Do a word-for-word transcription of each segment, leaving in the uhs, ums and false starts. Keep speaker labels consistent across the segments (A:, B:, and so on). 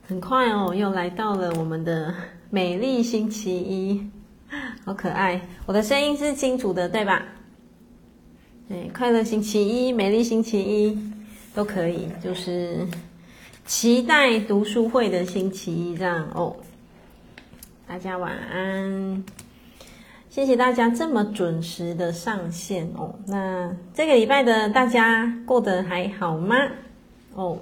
A: 很快哦，又来到了我们的美丽星期一，好可爱！我的声音是清楚的，对吧？对，快乐星期一、美丽星期一都可以，就是期待读书会的星期一这样哦。大家晚安，谢谢大家这么准时的上线哦。那这个礼拜的大家过得还好吗？哦。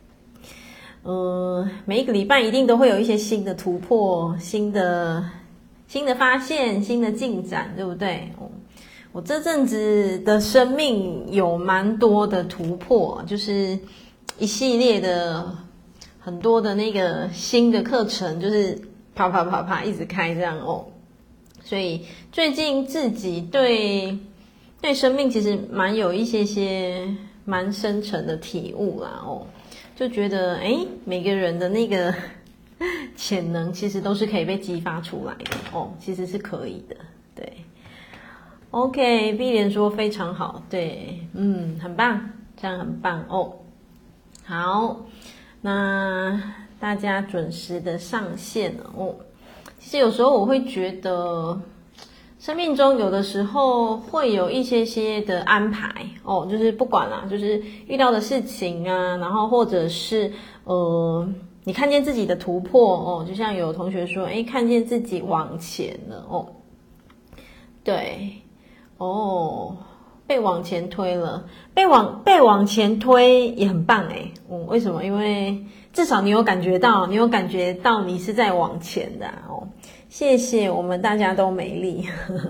A: 呃，每一个礼拜一定都会有一些新的突破、新的新的发现、新的进展，对不对？哦，我这阵子的生命有蛮多的突破，就是一系列的很多的那个新的课程，就是啪啪啪啪一直开这样哦。所以最近自己对对生命其实蛮有一些些蛮深沉的体悟啦哦。就觉得诶每个人的那个潜能其实都是可以被激发出来的哦，其实是可以的，对。OK， 碧莲说非常好，对，嗯，很棒，这样很棒哦。好，那大家准时的上线了哦。其实有时候我会觉得生命中有的时候会有一些些的安排哦，就是不管啦，就是遇到的事情啊，然后或者是呃，你看见自己的突破哦，就像有同学说，诶，看见自己往前了哦，对，哦，被往前推了，被往被往前推也很棒诶，嗯，为什么？因为至少你有感觉到，你有感觉到你是在往前的啊哦。谢谢，我们大家都美丽。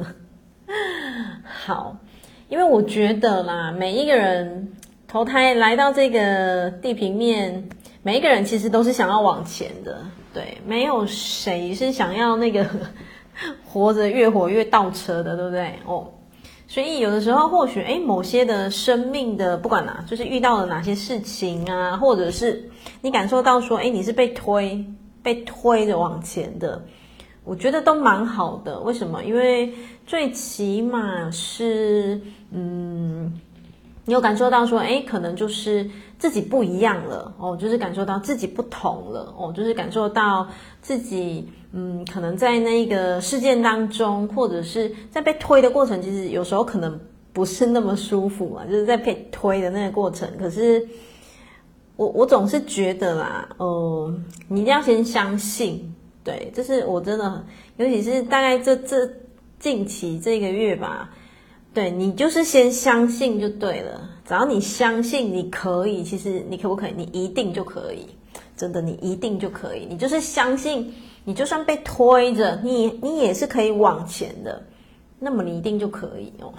A: 好，因为我觉得啦，每一个人投胎来到这个地平面，每一个人其实都是想要往前的，对，没有谁是想要那个活着越活越倒车的，对不对？哦，所以有的时候或许诶某些的生命的不管啦，就是遇到了哪些事情啊，或者是你感受到说，诶你是被推被推着往前的。我觉得都蛮好的，为什么？因为最起码是，嗯，你有感受到说，诶，可能就是自己不一样了哦，就是感受到自己不同了哦，就是感受到自己，嗯，可能在那个事件当中，或者是在被推的过程，其实有时候可能不是那么舒服嘛，就是在被推的那个过程。可是我我总是觉得啦，呃，你一定要先相信。对，这是我真的，尤其是大概这这近期这个月吧，对，你就是先相信就对了。只要你相信你可以，其实你可不可以？你一定就可以，真的，你一定就可以。你就是相信，你就算被推着，你你也是可以往前的，那么你一定就可以哦。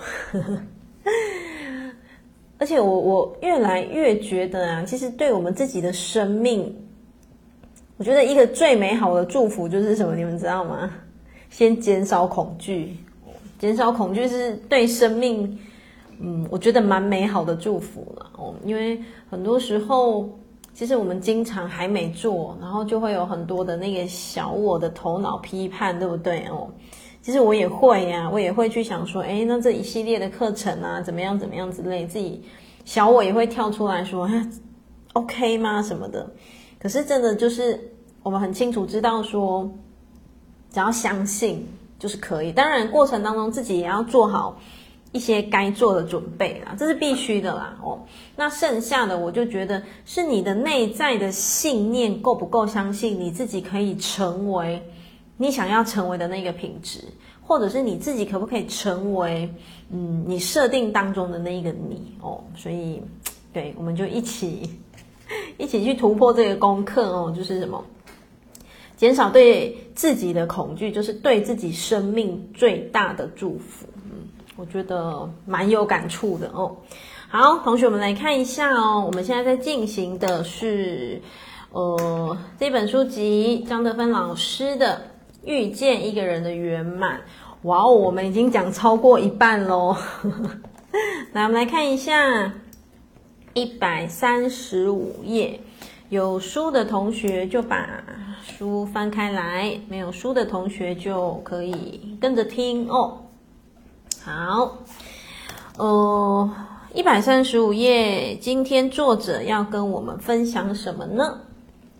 A: 而且我我越来越觉得啊，其实对我们自己的生命。我觉得一个最美好的祝福就是什么？你们知道吗？先减少恐惧，减少恐惧是对生命，嗯，我觉得蛮美好的祝福了哦。因为很多时候，其实我们经常还没做，然后就会有很多的那个小我的头脑批判，对不对哦？其实我也会呀、啊，我也会去想说，哎，那这一系列的课程啊，怎么样怎么样之类，自己小我也会跳出来说，哎 ，OK 吗？什么的。可是真的就是我们很清楚知道说，只要相信就是可以。当然过程当中自己也要做好一些该做的准备啦，这是必须的啦哦。那剩下的我就觉得是你的内在的信念够不够相信你自己可以成为你想要成为的那个品质，或者是你自己可不可以成为嗯你设定当中的那一个你哦。所以对，我们就一起。一起去突破这个功课哦，就是什么？减少对自己的恐惧，就是对自己生命最大的祝福。嗯，我觉得蛮有感触的哦。好，同学们来看一下哦，我们现在在进行的是呃这本书籍张德芬老师的《遇见一个人的圆满》。哇哦，我们已经讲超过一半咯。来，我们来看一下。一百三十五页，有书的同学就把书翻开来，没有书的同学就可以跟着听哦。好，呃，一百三十五页，今天作者要跟我们分享什么呢？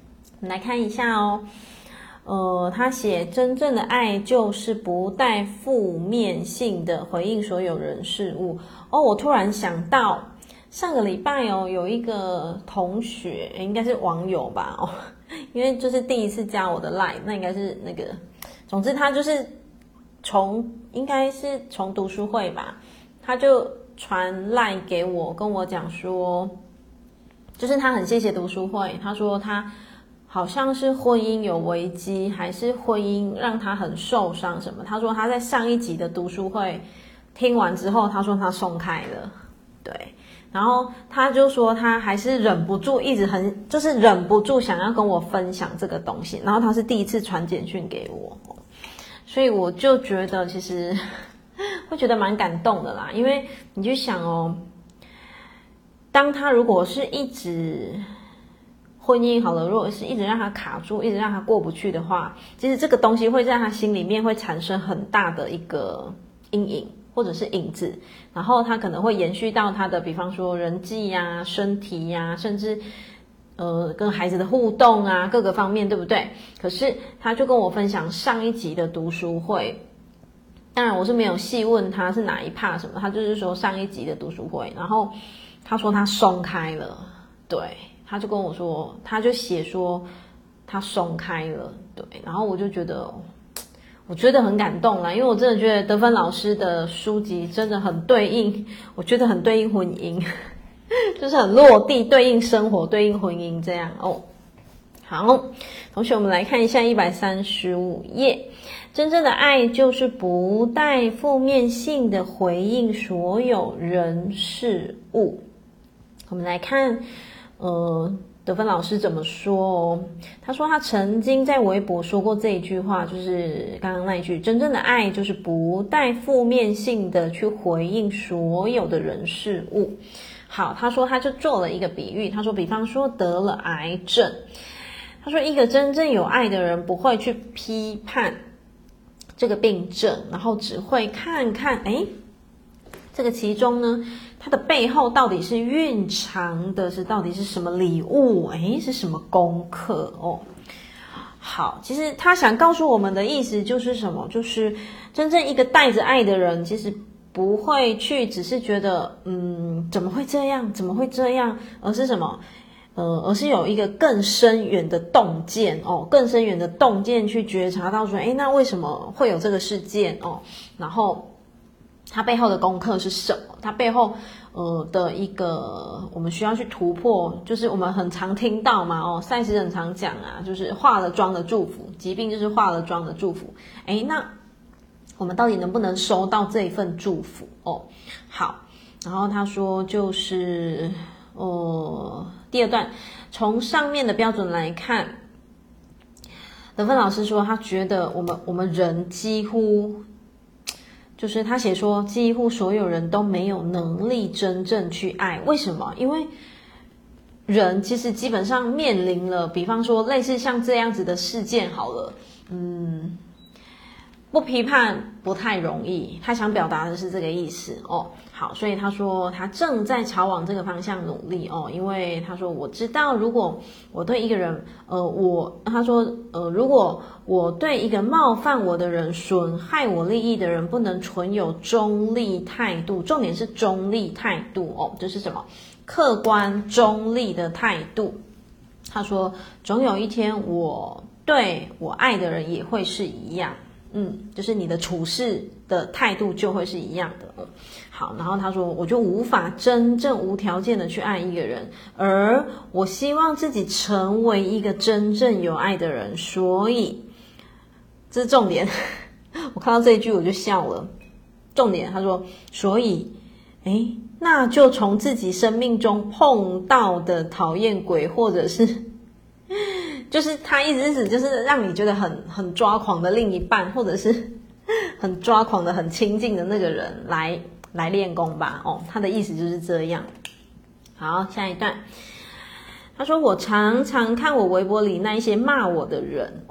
A: 我们来看一下哦。呃，他写真正的爱就是不带负面性的回应所有人事物。哦，我突然想到上个礼拜哦，有一个同学，应该是网友吧哦，因为就是第一次加我的 line， 那应该是那个，总之他就是从应该是从读书会吧，他就传 line 给我，跟我讲说，就是他很谢谢读书会，他说他好像是婚姻有危机，还是婚姻让他很受伤什么。他说他在上一集的读书会听完之后，他说他松开了，对。然后他就说他还是忍不住，一直很就是忍不住想要跟我分享这个东西。然后他是第一次传简讯给我，所以我就觉得其实会觉得蛮感动的啦。因为你去想哦，当他如果是一直婚姻好了，如果是一直让他卡住，一直让他过不去的话，其实这个东西会在他心里面会产生很大的一个阴影或者是影子，然后他可能会延续到他的，比方说人际呀、啊、身体呀、啊，甚至呃跟孩子的互动啊，各个方面，对不对？可是他就跟我分享上一集的读书会，当然我是没有细问他是哪一 part 什么，他就是说上一集的读书会，然后他说他松开了，对。他就跟我说，他就写说他松开了，对，然后我就觉得，我觉得很感动啦，因为我真的觉得德芬老师的书籍真的很对应，我觉得很对应婚姻，就是很落地，对应生活，对应婚姻这样哦。好，同学我们来看一下一百三十五页，真正的爱就是不带负面性的回应所有人事物。我们来看。呃，德芬老师怎么说哦？他说他曾经在微博说过这一句话，就是刚刚那一句，真正的爱就是不带负面性的去回应所有的人事物。好，他说他就做了一个比喻，他说比方说得了癌症，他说一个真正有爱的人不会去批判这个病症，然后只会看看，诶，这个其中呢，它的背后到底是蕴藏的是到底是什么礼物？诶，是什么功课哦？好，其实他想告诉我们的意思就是什么？就是真正一个带着爱的人，其实不会去只是觉得，嗯，怎么会这样？怎么会这样？而是什么？呃，而是有一个更深远的洞见哦，更深远的洞见去觉察到说，诶，那为什么会有这个事件哦？然后。它背后的功课是什么？它背后呃的一个我们需要去突破，就是我们很常听到嘛哦，赛斯很常讲啊，就是化了妆的祝福，疾病就是化了妆的祝福。诶，那我们到底能不能收到这一份祝福哦？好，然后他说就是呃第二段，从上面的标准来看，德芬老师说他觉得我们我们人几乎。就是他写说，几乎所有人都没有能力真正去爱。为什么？因为人其实基本上面临了，比方说类似像这样子的事件好了，嗯，不批判不太容易。他想表达的是这个意思哦。好，所以他说他正在朝往这个方向努力哦，因为他说我知道，如果我对一个人，呃，我他说，呃，如果我对一个冒犯我的人、损害我利益的人，不能存有中立态度，重点是中立态度哦，这是什么？客观中立的态度。他说，总有一天我对我爱的人也会是一样。嗯，就是你的处事的态度就会是一样的。嗯，好，然后他说，我就无法真正无条件的去爱一个人，而我希望自己成为一个真正有爱的人，所以这是重点。我看到这一句我就笑了。重点，他说，所以，诶，那就从自己生命中碰到的讨厌鬼，或者是。就是他意思是就是让你觉得很很抓狂的另一半，或者是很抓狂的很亲近的那个人来来练功吧。哦，他的意思就是这样。好，下一段，他说我常常看我微博里那一些骂我的人哦，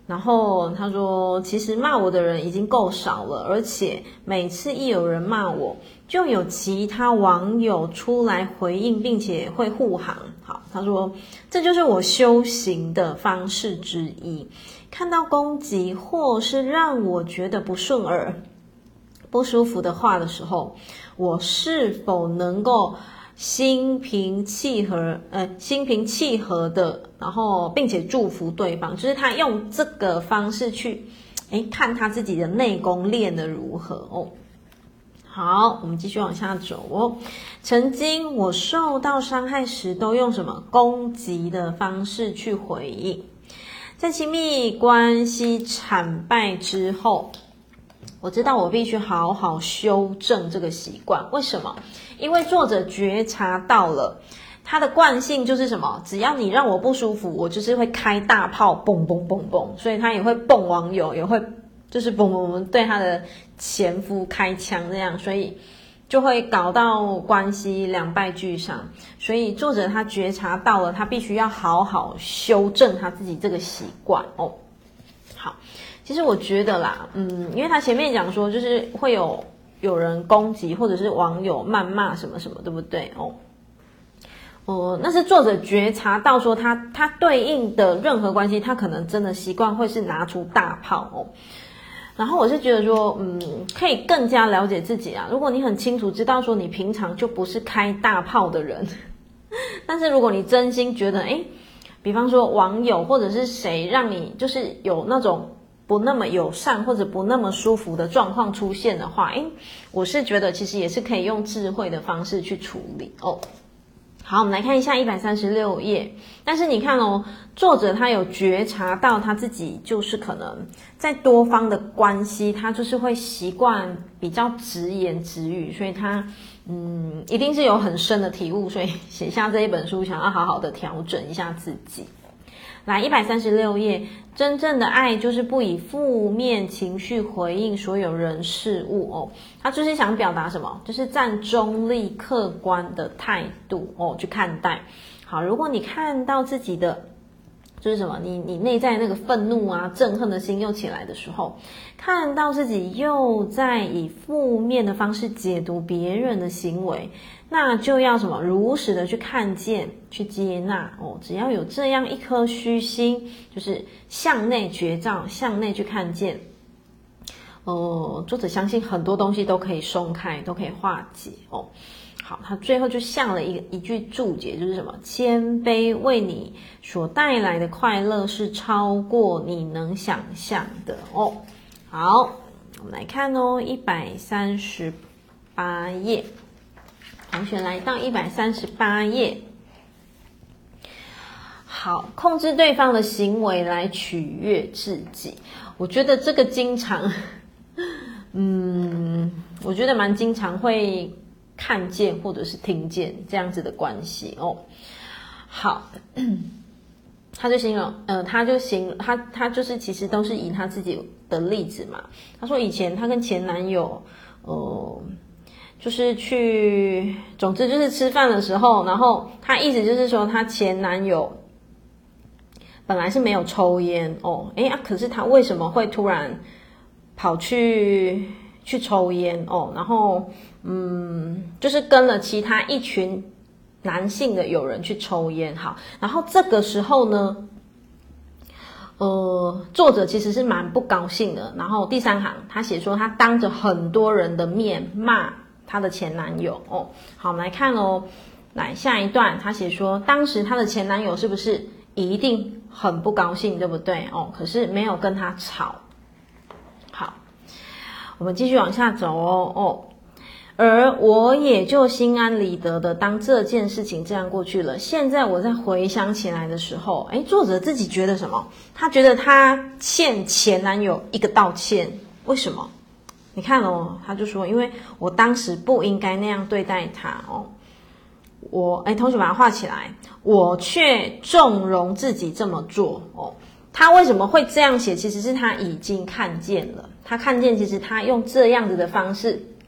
A: 然后他说，其实骂我的人已经够少了，而且每次一有人骂我，就有其他网友出来回应，并且会护航。好，他说这就是我修行的方式之一。看到攻击或是让我觉得不顺耳、不舒服的话的时候，我是否能够心平气和，呃，心平气和的，然后并且祝福对方，就是他用这个方式去，哎，看他自己的内功练得如何哦。好，我们继续往下走哦。曾经我受到伤害时，都用什么攻击的方式去回应？在亲密关系惨败之后，我知道我必须好好修正这个习惯。为什么？因为作者觉察到了他的惯性就是什么？只要你让我不舒服，我就是会开大炮，蹦蹦蹦蹦，所以他也会蹦网友，也会就是蹦蹦蹦对他的前夫开枪这样，所以就会搞到关系两败俱伤。所以作者他觉察到了，他必须要好好修正他自己这个习惯哦。好，其实我觉得啦，嗯，因为他前面讲说，就是会有有人攻击或者是网友谩骂什么什么，对不对哦？哦，那是作者觉察到说他他对应的任何关系，他可能真的习惯会是拿出大炮哦。然后我是觉得说，嗯，可以更加了解自己啊。如果你很清楚知道说你平常就不是开大炮的人，但是如果你真心觉得，哎，比方说网友或者是谁让你就是有那种不那么友善或者不那么舒服的状况出现的话，诶，我是觉得其实也是可以用智慧的方式去处理哦。好，我们来看一下一百三十六页。但是你看哦，作者他有觉察到他自己就是可能在多方的关系，他就是会习惯比较直言直语，所以他嗯一定是有很深的体悟，所以写下这一本书，想要好好的调整一下自己。来一百三十六页，真正的爱就是不以负面情绪回应所有人事物哦。他就是想表达什么？就是站中立客观的态度哦去看待。好，如果你看到自己的就是什么，你你内在那个愤怒啊、憎恨的心又起来的时候，看到自己又在以负面的方式解读别人的行为，那就要什么如实的去看见、去接纳哦。只要有这样一颗虚心，就是向内觉照、向内去看见。呃，作者相信很多东西都可以松开，都可以化解哦。好，他最后就下了一个一句注解，就是什么？谦卑为你所带来的快乐是超过你能想象的哦。好，我们来看哦，一百三十八页，同学来到一百三十八页。好，控制对方的行为来取悦自己，我觉得这个经常，嗯，我觉得蛮经常会看见或者是听见这样子的关系哦。好，他就形容，呃，他就形他他就是其实都是以他自己的例子嘛。他说以前他跟前男友，呃，就是去，总之就是吃饭的时候，然后他意思就是说他前男友本来是没有抽烟哦，诶啊，可是他为什么会突然跑去去抽烟哦？然后嗯，就是跟了其他一群男性的友人去抽烟。好，然后这个时候呢，呃，作者其实是蛮不高兴的。然后第三行他写说，他当着很多人的面骂他的前男友哦。好，我们来看哦，来下一段，他写说，当时他的前男友是不是一定很不高兴，对不对哦？可是没有跟他吵。好，我们继续往下走哦哦。而我也就心安理得的当这件事情这样过去了。现在我在回想起来的时候，诶，作者自己觉得什么？他觉得他欠前男友一个道歉。为什么？你看哦，他就说，因为我当时不应该那样对待他哦。我，诶，同学把它画起来，我却纵容自己这么做哦。他为什么会这样写？其实是他已经看见了，他看见其实他用这样子的方式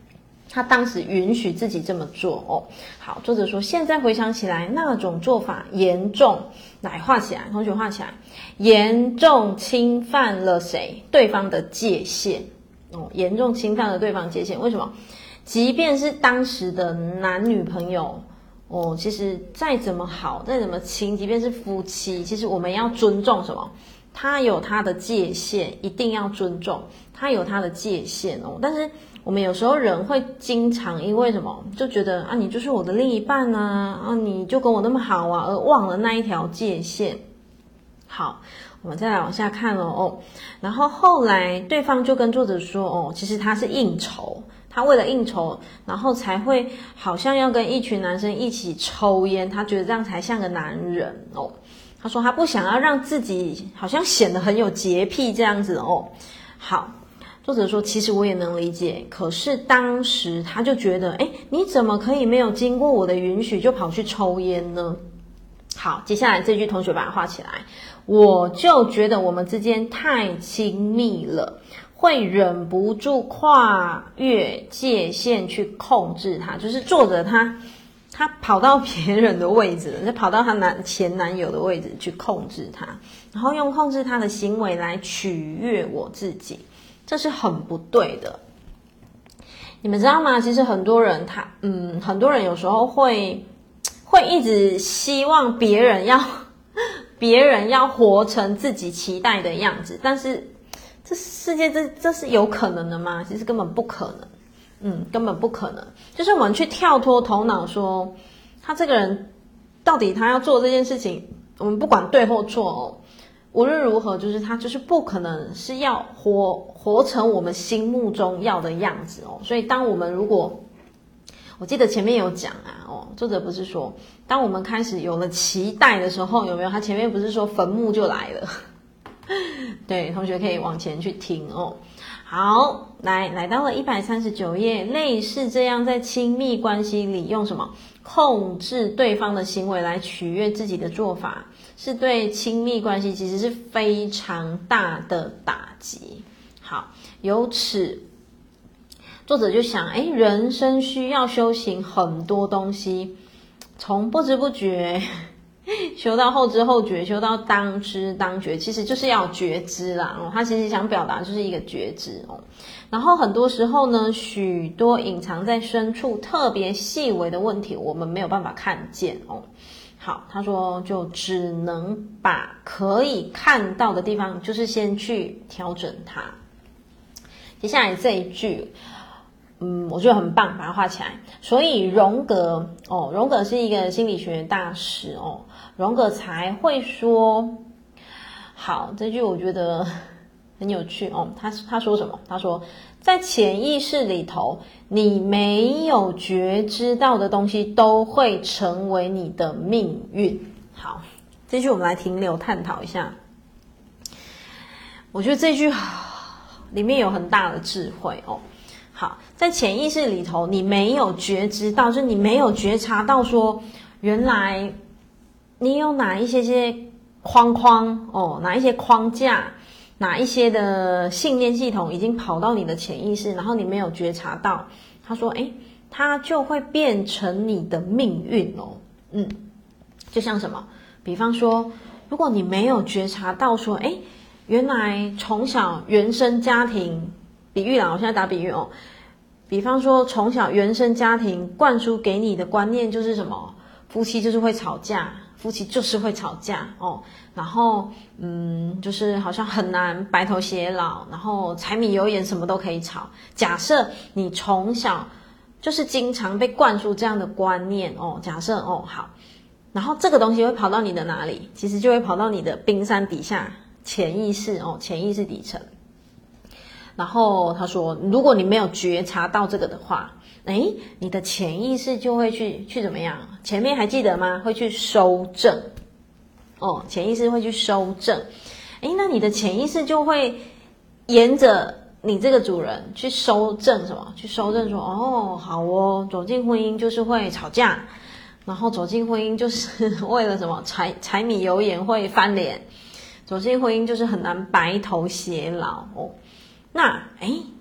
A: 他当时允许自己这么做哦。好，作者说现在回想起来，那种做法严重，来画起来，同学画起来，严重侵犯了谁？对方的界限哦，严重侵犯了对方界限。为什么？即便是当时的男女朋友哦，其实再怎么好，再怎么亲，即便是夫妻，其实我们要尊重什么？他有他的界限，一定要尊重。他有他的界限哦，但是我们有时候人会经常因为什么，就觉得啊，你就是我的另一半啊，啊，你就跟我那么好啊，而忘了那一条界限。好，我们再来往下看了哦。然后后来对方就跟作者说哦，其实他是应酬，他为了应酬，然后才会好像要跟一群男生一起抽烟，他觉得这样才像个男人哦。他说他不想要让自己好像显得很有洁癖这样子哦。好。作者说其实我也能理解，可是当时他就觉得，诶，你怎么可以没有经过我的允许就跑去抽烟呢？好，接下来这句同学把它画起来。我就觉得我们之间太亲密了，会忍不住跨越界限去控制他。就是作者他他跑到别人的位置了，就跑到他男前男友的位置去控制他，然后用控制他的行为来取悦我自己。这是很不对的，你们知道吗？其实很多人他，嗯，很多人有时候会会一直希望别人要别人要活成自己期待的样子，但是这世界这这是有可能的吗？其实根本不可能，嗯，根本不可能。就是我们去跳脱头脑说，他这个人到底他要做这件事情，我们不管对或错哦。无论如何，就是他就是不可能是要活活成我们心目中要的样子哦。所以当我们如果，我记得前面有讲啊，哦，作者不是说，当我们开始有了期待的时候，有没有？他前面不是说坟墓就来了？对，同学可以往前去听哦。好，来来到了一百三十九页，类似这样在亲密关系里用什么控制对方的行为来取悦自己的做法，是对亲密关系其实是非常大的打击。好，由此作者就想，哎，人生需要修行很多东西，从不知不觉修到后知后觉，修到当知当觉，其实就是要觉知啦。哦，他其实想表达就是一个觉知哦。然后很多时候呢，许多隐藏在深处、特别细微的问题，我们没有办法看见哦。好，他说就只能把可以看到的地方，就是先去调整它。接下来这一句。嗯，我觉得很棒，把它画起来。所以荣格哦，荣格是一个心理学大师哦，荣格才会说，好，这句我觉得很有趣哦。他他说什么？他说，在潜意识里头，你没有觉知到的东西，都会成为你的命运。好，这句我们来停留探讨一下。我觉得这句里面有很大的智慧哦。好，在潜意识里头，你没有觉知到，就是你没有觉察到说，原来你有哪一些些框框哦，哪一些框架，哪一些的信念系统已经跑到你的潜意识，然后你没有觉察到。他说，诶，它就会变成你的命运哦。嗯，就像什么？比方说，如果你没有觉察到说，诶，原来从小原生家庭。比喻啦，我现在打比喻哦。比方说，从小原生家庭灌输给你的观念就是什么？夫妻就是会吵架，夫妻就是会吵架哦。然后，嗯，就是好像很难白头偕老，然后柴米油盐什么都可以吵。假设你从小就是经常被灌输这样的观念哦，假设哦好，然后这个东西会跑到你的哪里？其实就会跑到你的冰山底下，潜意识哦，潜意识底层。然后他说，如果你没有觉察到这个的话，诶，你的潜意识就会去去怎么样？前面还记得吗？会去收正哦，潜意识会去收正。诶，那你的潜意识就会沿着你这个主人去收正什么？去收正说，哦，好哦，走进婚姻就是会吵架，然后走进婚姻就是为了什么？柴柴米油盐会翻脸，走进婚姻就是很难白头偕老哦。那诶，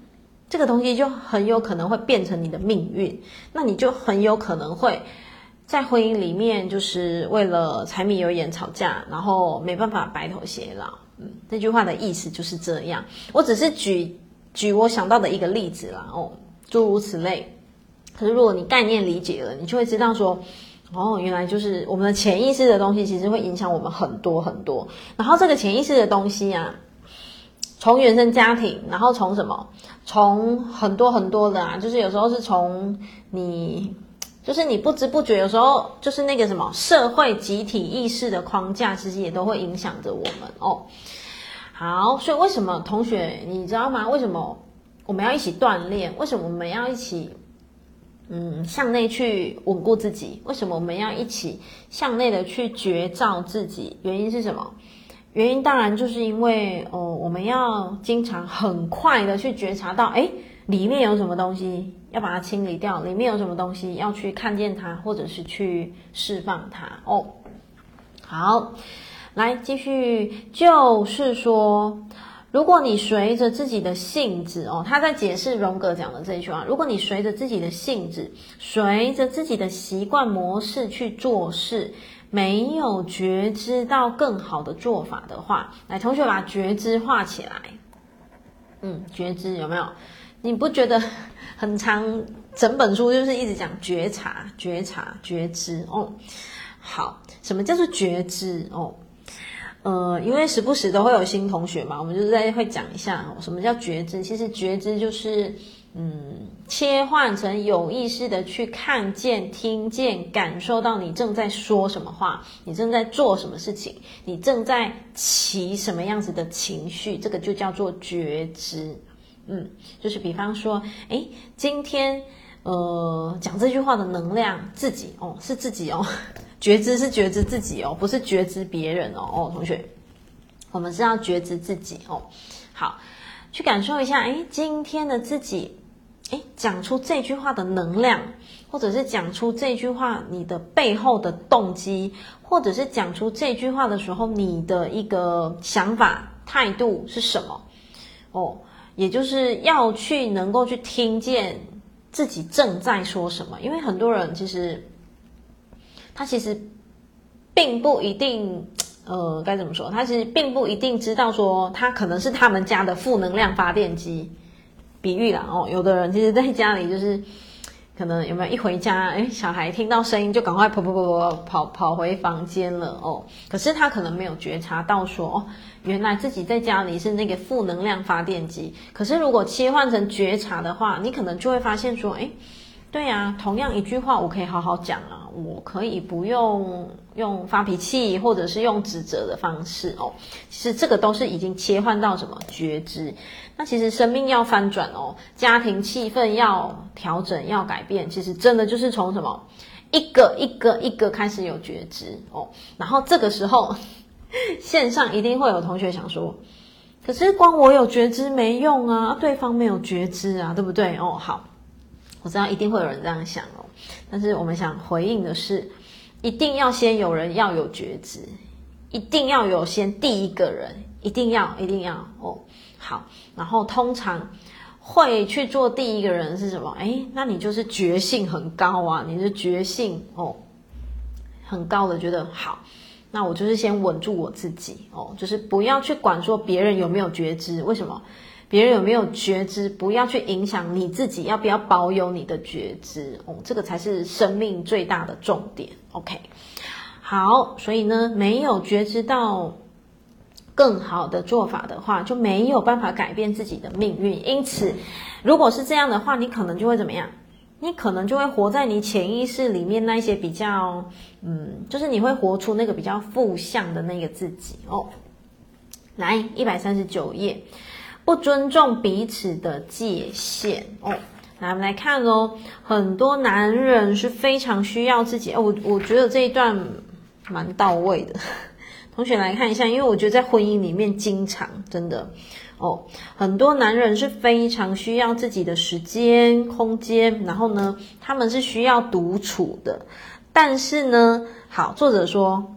A: 这个东西就很有可能会变成你的命运，那你就很有可能会在婚姻里面就是为了柴米油盐吵架，然后没办法白头偕老。嗯，这句话的意思就是这样。我只是举举我想到的一个例子啦，哦，诸如此类。可是如果你概念理解了，你就会知道说，哦，原来就是我们的潜意识的东西其实会影响我们很多很多。然后这个潜意识的东西啊，从原生家庭，然后从什么？从很多很多的啊，就是有时候是从你，就是你不知不觉，有时候就是那个什么社会集体意识的框架，其实也都会影响着我们哦。好，所以为什么同学你知道吗？为什么我们要一起锻炼？为什么我们要一起嗯向内去稳固自己？为什么我们要一起向内的去觉照自己？原因是什么？原因当然就是因为哦，我们要经常很快的去觉察到，诶，里面有什么东西要把它清理掉，里面有什么东西要去看见它，或者是去释放它哦。好，来继续，就是说，如果你随着自己的性子哦，他在解释荣格讲的这一句话，如果你随着自己的性子，随着自己的习惯模式去做事，没有觉知到更好的做法的话，来，同学把觉知画起来。嗯，觉知有没有？你不觉得很长，整本书就是一直讲觉察、觉察、觉知哦？好，什么叫做觉知哦？呃，因为时不时都会有新同学嘛，我们就是在会讲一下哦，什么叫觉知？其实觉知就是嗯，切换成有意识的去看见、听见、感受到你正在说什么话，你正在做什么事情，你正在起什么样子的情绪，这个就叫做觉知。嗯，就是比方说，诶，今天呃讲这句话的能量，自己哦，是自己哦，觉知是觉知自己哦，不是觉知别人哦。哦，同学，我们是要觉知自己哦。好，去感受一下，诶，今天的自己。诶，讲出这句话的能量，或者是讲出这句话你的背后的动机，或者是讲出这句话的时候你的一个想法态度是什么哦，也就是要去能够去听见自己正在说什么。因为很多人其实他其实并不一定呃该怎么说，他其实并不一定知道说他可能是他们家的负能量发电机。比喻啦哦，有的人其实在家里就是可能有没有一回家，哎，小孩听到声音就赶快跑跑跑跑跑跑回房间了哦。可是他可能没有觉察到说，哦，原来自己在家里是那个负能量发电机。可是如果切换成觉察的话，你可能就会发现说，哎，对啊，同样一句话我可以好好讲啊，我可以不用用发脾气或者是用指责的方式哦。其实这个都是已经切换到什么觉知。那其实生命要翻转哦，家庭气氛要调整要改变，其实真的就是从什么一个一个一个开始有觉知哦。然后这个时候线上一定会有同学想说，可是光我有觉知没用啊，对方没有觉知啊，对不对哦？好，我知道一定会有人这样想哦，但是我们想回应的是，一定要先有人要有觉知，一定要有先第一个人，一定要一定要哦。好，然后通常会去做第一个人是什么？诶，那你就是觉性很高啊，你是觉性哦很高的，觉得好，那我就是先稳住我自己哦，就是不要去管说别人有没有觉知，为什么？别人有没有觉知，不要去影响你自己，要不要保有你的觉知哦，这个才是生命最大的重点。OK， 好，所以呢，没有觉知到更好的做法的话，就没有办法改变自己的命运。因此，如果是这样的话，你可能就会怎么样？你可能就会活在你潜意识里面那一些比较，嗯，就是你会活出那个比较负向的那个自己哦。来，一百三十九页，不尊重彼此的界限哦。来，我们来看哦，很多男人是非常需要自己，哦、我我觉得这一段蛮到位的。同学来看一下，因为我觉得在婚姻里面经常真的哦，很多男人是非常需要自己的时间、空间，然后呢，他们是需要独处的。但是呢，好，作者说，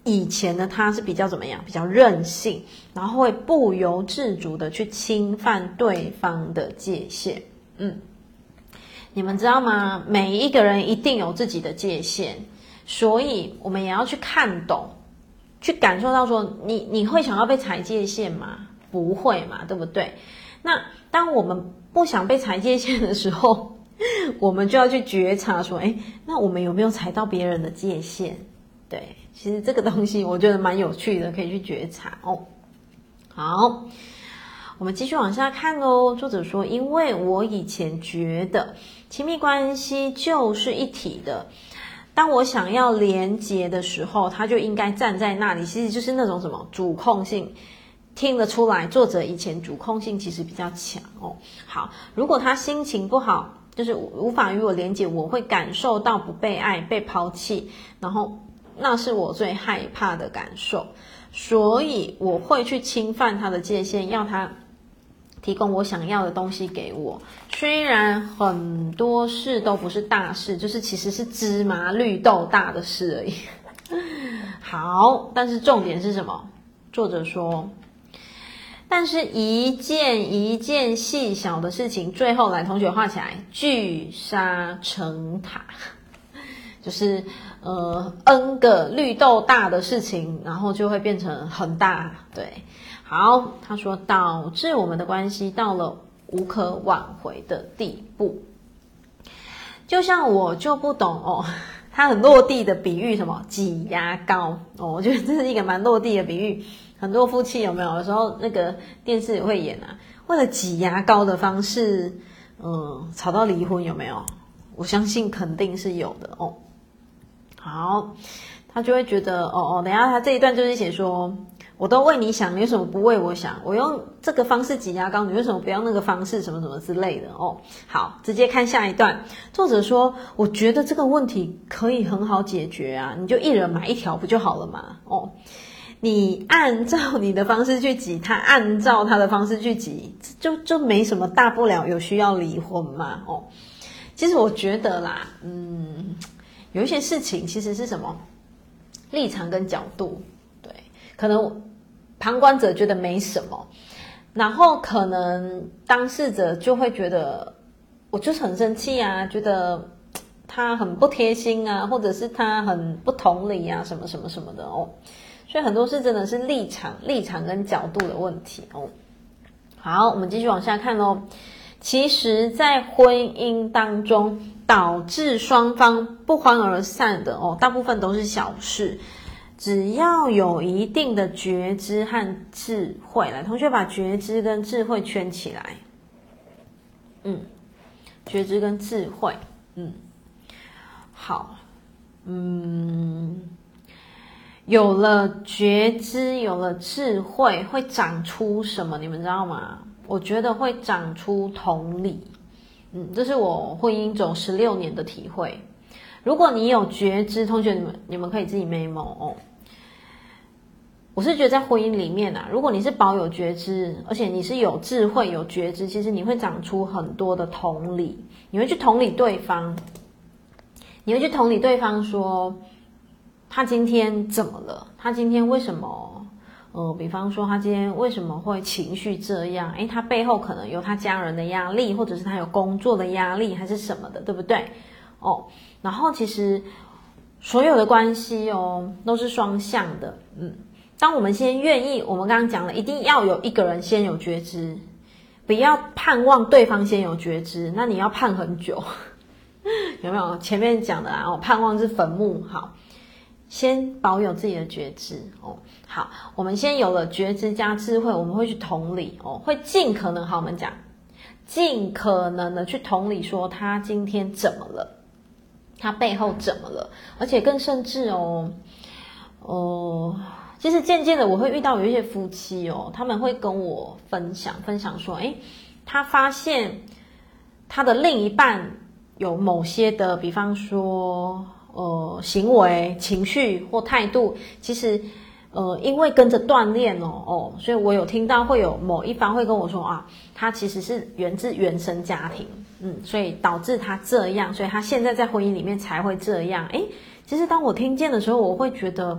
A: 以前的他是比较怎么样？比较任性，然后会不由自主的去侵犯对方的界限。嗯，你们知道吗？每一个人一定有自己的界限，所以我们也要去看懂，去感受到说，你你会想要被踩界限吗？不会嘛，对不对？那当我们不想被踩界限的时候，我们就要去觉察说，哎，那我们有没有踩到别人的界限？对，其实这个东西我觉得蛮有趣的，可以去觉察哦。好，我们继续往下看哦。作者说，因为我以前觉得亲密关系就是一体的，当我想要连结的时候，他就应该站在那里，其实就是那种什么主控性。听得出来，作者以前主控性其实比较强哦。好，如果他心情不好，就是无法与我连结，我会感受到不被爱、被抛弃，然后那是我最害怕的感受，所以我会去侵犯他的界限，要他提供我想要的东西给我。虽然很多事都不是大事，就是其实是芝麻绿豆大的事而已。好，但是重点是什么？作者说，但是一件一件细小的事情，最后来同学画起来，聚沙成塔，就是呃 n 个绿豆大的事情，然后就会变成很大。对，好，他说导致我们的关系到了无可挽回的地步。就像我就不懂哦，他很落地的比喻什么挤牙膏哦，我觉得这是一个蛮落地的比喻。很多夫妻有没有？有时候那个电视也会演啊，为了挤牙膏的方式，嗯，吵到离婚有没有？我相信肯定是有的哦。好，他就会觉得哦哦，等一下他这一段就是写说，我都为你想，你为什么不为我想？我用这个方式挤牙膏，你为什么不要那个方式？什么什么之类的哦。好，直接看下一段。作者说，我觉得这个问题可以很好解决啊，你就一人买一条不就好了嘛？哦。你按照你的方式去挤，他按照他的方式去挤，就就没什么大不了，有需要离婚嘛？哦，其实我觉得啦，嗯，有一些事情其实是什么立场跟角度，对，可能旁观者觉得没什么，然后可能当事者就会觉得我就是很生气啊，觉得他很不贴心啊，或者是他很不同理啊，什么什么什么的哦。所以很多事真的是立场、立场跟角度的问题哦。好，我们继续往下看咯。其实，在婚姻当中，导致双方不欢而散的哦，大部分都是小事。只要有一定的觉知和智慧，来，同学把觉知跟智慧圈起来。嗯，觉知跟智慧，嗯，好，嗯。有了觉知，有了智慧，会长出什么？你们知道吗？我觉得会长出同理。嗯，这是我婚姻走十六年的体会。如果你有觉知，同学你们你们可以自己 memo 哦。我是觉得在婚姻里面啊，如果你是保有觉知，而且你是有智慧、有觉知，其实你会长出很多的同理。你会去同理对方，你会去同理对方说，他今天怎么了？他今天为什么？呃，比方说他今天为什么会情绪这样？诶，他背后可能有他家人的压力，或者是他有工作的压力，还是什么的，对不对？哦，然后其实所有的关系哦都是双向的，嗯，当我们先愿意，我们刚刚讲了，一定要有一个人先有觉知，不要盼望对方先有觉知，那你要盼很久，有没有？前面讲的啊，哦，盼望是坟墓，好。先保有自己的觉知哦，好，我们先有了觉知加智慧，我们会去同理哦，会尽可能好，我们讲尽可能的去同理，说他今天怎么了，他背后怎么了，而且更甚至哦，哦、呃，其实渐渐的我会遇到有一些夫妻哦，他们会跟我分享分享说，诶，他发现他的另一半有某些的，比方说。呃，行为、情绪或态度，其实，呃，因为跟着锻炼哦，哦，所以我有听到会有某一方会跟我说啊，他其实是源自原生家庭，嗯，所以导致他这样，所以他现在在婚姻里面才会这样。诶，其实当我听见的时候，我会觉得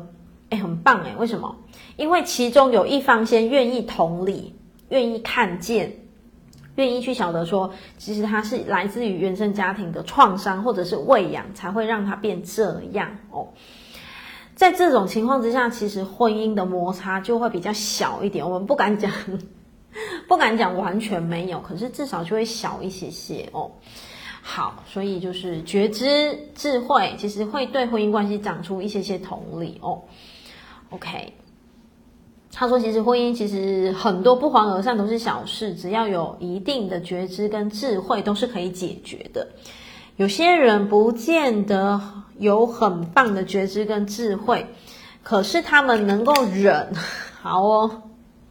A: 哎，很棒哎，为什么？因为其中有一方先愿意同理，愿意看见，愿意去晓得说，其实他是来自于原生家庭的创伤或者是喂养，才会让他变这样哦。在这种情况之下，其实婚姻的摩擦就会比较小一点。我们不敢讲，不敢讲完全没有，可是至少就会小一些些哦。好，所以就是觉知、智慧，其实会对婚姻关系长出一些些同理哦。OK， 他说，其实婚姻其实很多不欢而散都是小事，只要有一定的觉知跟智慧，都是可以解决的。有些人不见得有很棒的觉知跟智慧，可是他们能够忍。好哦，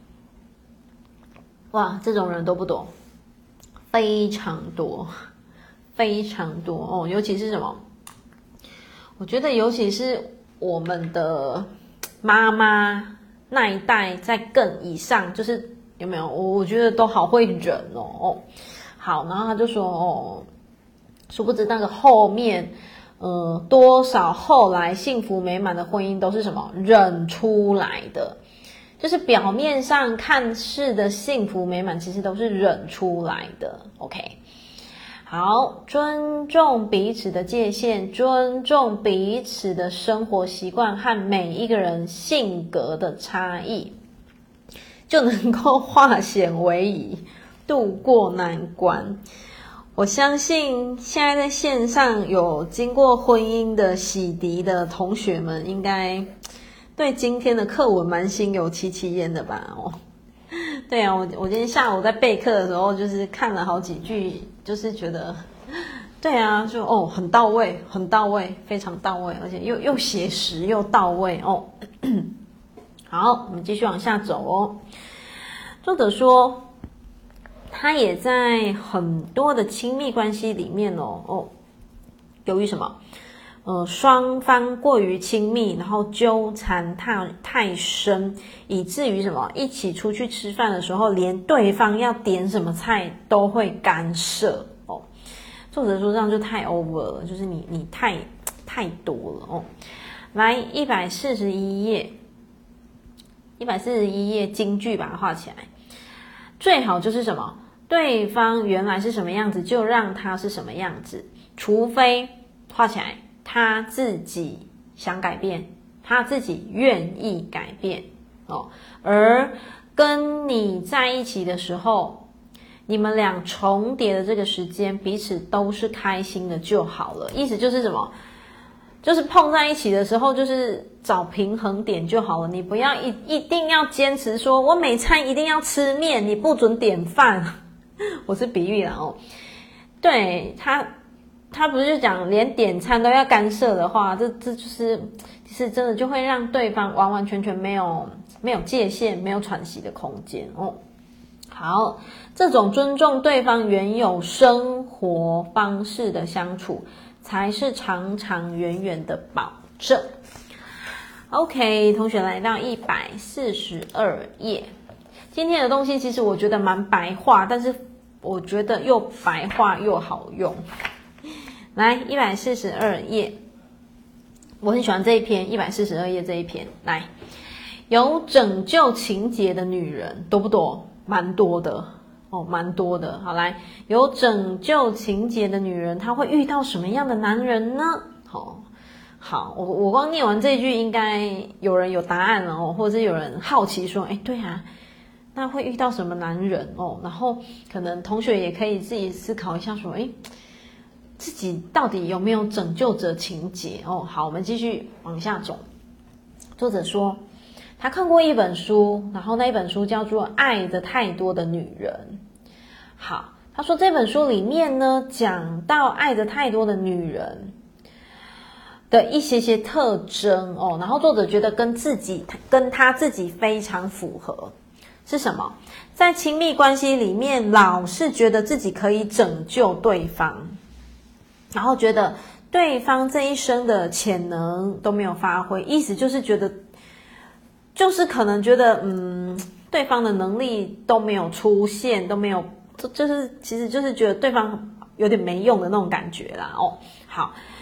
A: 哇，这种人多不多？非常多，非常多哦。尤其是什么？我觉得尤其是我们的妈妈那一代，在更以上，就是有没有？我我觉得都好会忍哦哦。好，然后他就说哦。殊不知那个后面，呃，多少后来幸福美满的婚姻都是什么忍出来的，就是表面上看似的幸福美满，其实都是忍出来的。OK， 好，尊重彼此的界限，尊重彼此的生活习惯和每一个人性格的差异，就能够化险为夷，度过难关。我相信现在在线上有经过婚姻的洗涤的同学们，应该对今天的课文蛮心有戚戚焉的吧？哦，对啊，我我今天下午在备课的时候，就是看了好几句，就是觉得，对啊，就哦很到位，很到位，非常到位，而且又又写实又到位哦。好，我们继续往下走哦。作者说。他也在很多的亲密关系里面哦哦，由于什么？呃，双方过于亲密，然后纠缠太太深，以至于什么？一起出去吃饭的时候，连对方要点什么菜都会干涉哦。作者说这样就太 over 了，就是你你太太多了哦。来，一百四十一页，一百四十一页金句把它画起来。最好就是什么？对方原来是什么样子，就让他是什么样子，除非画起来他自己想改变，他自己愿意改变哦。而跟你在一起的时候，你们俩重叠的这个时间，彼此都是开心的就好了。意思就是什么？就是碰在一起的时候，就是找平衡点就好了。你不要一一定要坚持说，我每餐一定要吃面，你不准点饭。我是比喻啦哦，对他，他不是就讲连点餐都要干涉的话，这这就是其实真的就会让对方完完全全没有没有界限，没有喘息的空间哦。好，这种尊重对方原有生活方式的相处，才是长长远远的保证。OK， 同学来到一百四十二页，今天的东西其实我觉得蛮白话，但是我觉得又白话又好用。来，一百四十二页，我很喜欢这一篇，一百四十二页这一篇。来，有拯救情节的女人多不多？蛮多的哦，蛮多的。好，来，有拯救情节的女人，她会遇到什么样的男人呢？好，好，我我光念完这句，应该有人有答案了哦，或者是有人好奇说，哎，对啊。那会遇到什么男人哦？然后可能同学也可以自己思考一下，说，诶，自己到底有没有拯救者情节哦？好，我们继续往下走。作者说，他看过一本书，然后那一本书叫做《爱的太多的女人》。好，他说这本书里面呢，讲到爱的太多的女人的一些些特征哦，然后作者觉得跟自己跟他自己非常符合。是什么？在亲密关系里面，老是觉得自己可以拯救对方，然后觉得对方这一生的潜能都没有发挥，意思就是觉得，就是可能觉得，嗯，对方的能力都没有出现，都没有，就是其实就是觉得对方有点没用的那种感觉啦。哦，好，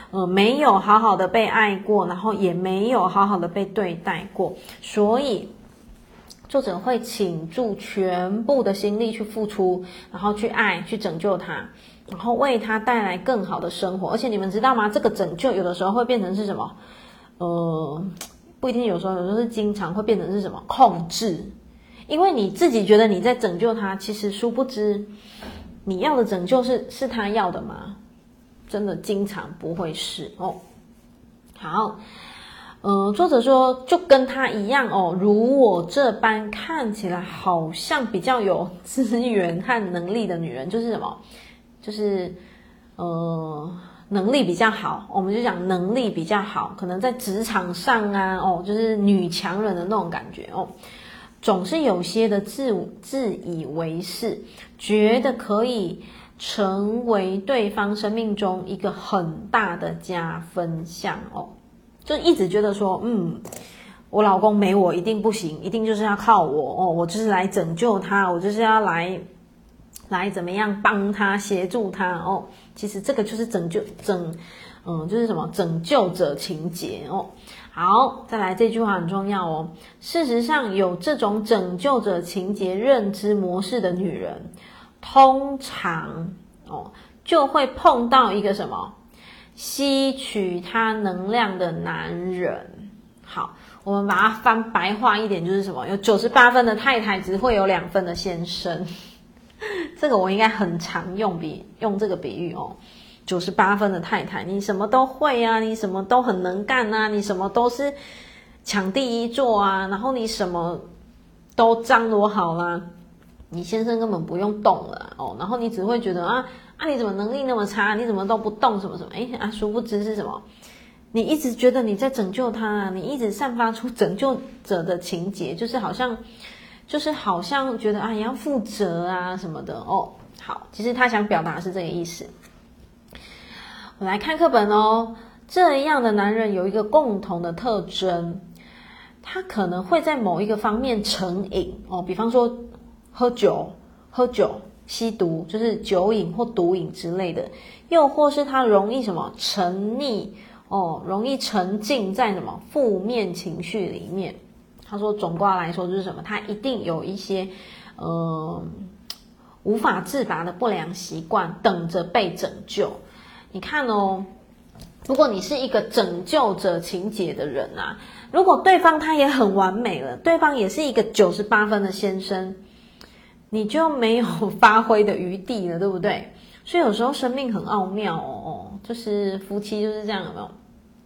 A: 呃，没有好好的被爱过，然后也没有好好的被对待过，所以作者会倾注全部的心力去付出，然后去爱，去拯救他，然后为他带来更好的生活。而且你们知道吗？这个拯救有的时候会变成是什么？呃，不一定，有时候有时候是经常会变成是什么？控制。因为你自己觉得你在拯救他，其实殊不知你要的拯救是是他要的吗？真的经常不会是哦。好，呃，作者说就跟他一样哦，如我这般看起来好像比较有资源和能力的女人，就是什么？就是呃能力比较好，我们就讲能力比较好，可能在职场上啊，哦，就是女强人的那种感觉哦。总是有些的自自以为是，觉得可以成为对方生命中一个很大的加分项哦，就一直觉得说，嗯，我老公没我一定不行，一定就是要靠我哦，我就是来拯救他，我就是要来来怎么样帮他协助他哦。其实这个就是拯救拯，嗯，就是什么拯救者情节哦。好，再来这句话很重要哦。事实上，有这种拯救者情节认知模式的女人，通常哦就会碰到一个什么吸取她能量的男人。好，我们把它翻白话一点，就是什么？有九十八分的太太，只会有两分的先生。这个我应该很常用比用这个比喻哦。九十八分的太太，你什么都会啊，你什么都很能干啊，你什么都是抢第一座啊，然后你什么都张罗好啦，你先生根本不用动了哦，然后你只会觉得啊啊你怎么能力那么差，你怎么都不动什么什么，哎啊，殊不知是什么？你一直觉得你在拯救他啊，你一直散发出拯救者的情节，就是好像就是好像觉得啊你要负责啊什么的哦。好，其实他想表达的是这个意思。我来看课本哦，这样的男人有一个共同的特征，他可能会在某一个方面成瘾哦，比方说喝酒、喝酒、吸毒，就是酒瘾或毒瘾之类的，又或是他容易什么沉溺哦，容易沉浸在什么负面情绪里面。他说总括来说就是什么，他一定有一些呃无法自拔的不良习惯，等着被拯救。你看哦，如果你是一个拯救者情节的人啊，如果对方他也很完美了，对方也是一个九十八分的先生，你就没有发挥的余地了，对不对？所以有时候生命很奥妙哦，就是夫妻就是这样，有没有？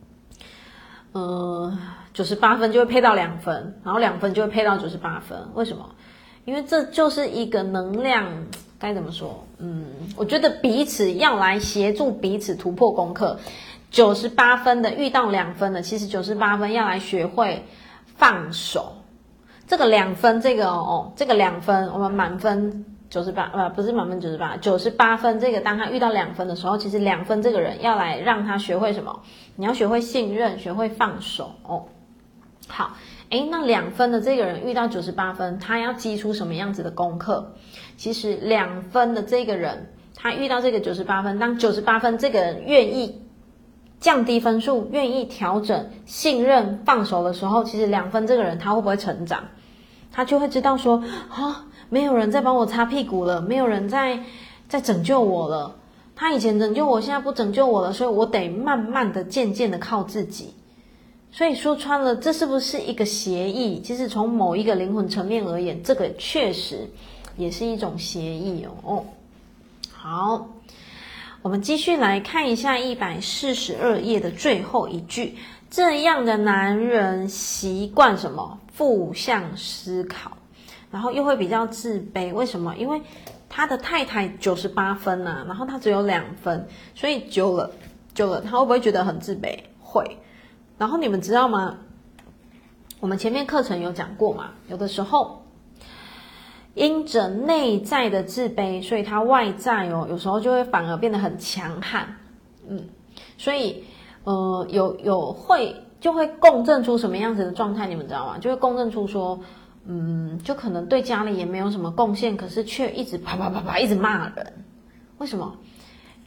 A: 呃，九十八分就会配到两分，然后两分就会配到九十八分，为什么？因为这就是一个能量。该怎么说？嗯，我觉得彼此要来协助彼此突破功课。九十八分的遇到两分的，其实九十八分要来学会放手。这个两分，这个哦，这个两分，我们满分九十八，呃，不是满分九十八，九十八分。这个当他遇到两分的时候，其实两分这个人要来让他学会什么？你要学会信任，学会放手哦。好，诶，那两分的这个人遇到九十八分，他要积出什么样子的功课？其实两分的这个人，他遇到这个九十八分，当九十八分这个人愿意降低分数，愿意调整、信任、放手的时候，其实两分这个人他会不会成长？他就会知道说，啊，没有人在帮我擦屁股了，没有人在在拯救我了。他以前拯救我，现在不拯救我了，所以我得慢慢的、渐渐的靠自己。所以说穿了，这是不是一个协议？其实从某一个灵魂层面而言，这个确实也是一种协议哦。好，我们继续来看一下一百四十二页的最后一句。这样的男人习惯什么？负向思考，然后又会比较自卑。为什么？因为他的太太九十八分啊，然后他只有两分，所以久了久了，他会不会觉得很自卑？会。然后你们知道吗？我们前面课程有讲过嘛，有的时候因着内在的自卑，所以他外在哦，有时候就会反而变得很强悍，嗯，所以呃，有有会就会共振出什么样子的状态，你们知道吗？就会共振出说，嗯，就可能对家里也没有什么贡献，可是却一直啪啪啪啪一直骂人，为什么？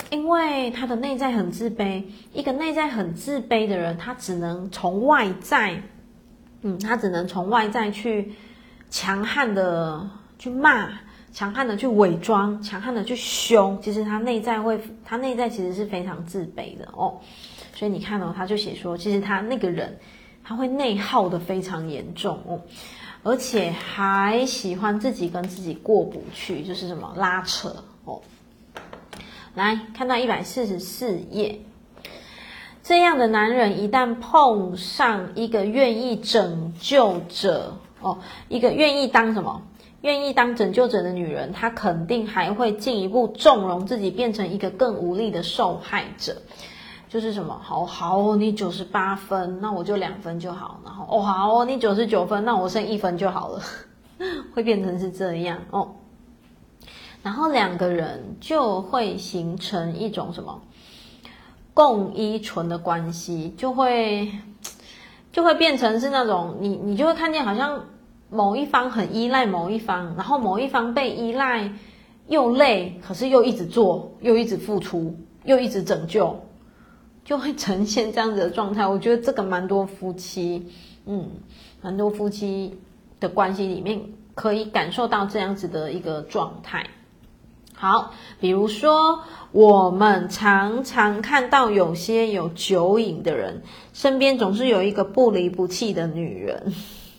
A: 因为他的内在很自卑，一个内在很自卑的人，他只能从外在，嗯，他只能从外在去强悍的去骂，强悍的去伪装，强悍的去凶。其实他内在会，他内在其实是非常自卑的哦。所以你看哦，他就写说，其实他那个人，他会内耗的非常严重哦，而且还喜欢自己跟自己过不去，就是什么拉扯哦。来看到一百四十四页，这样的男人一旦碰上一个愿意拯救者哦，一个愿意当什么？愿意当拯救者的女人，她肯定还会进一步纵容自己变成一个更无力的受害者。就是什么？好好哦，你九十八分，那我就两分就好。然后哦，好哦，你九十九分，那我剩一分就好了。会变成是这样哦。然后两个人就会形成一种什么共依存的关系，就会就会变成是那种你你就会看见好像某一方很依赖某一方，然后某一方被依赖又累，可是又一直做，又一直付出，又一直拯救，就会呈现这样子的状态。我觉得这个蛮多夫妻，嗯，蛮多夫妻的关系里面可以感受到这样子的一个状态。好，比如说我们常常看到有些有酒瘾的人，身边总是有一个不离不弃的女人。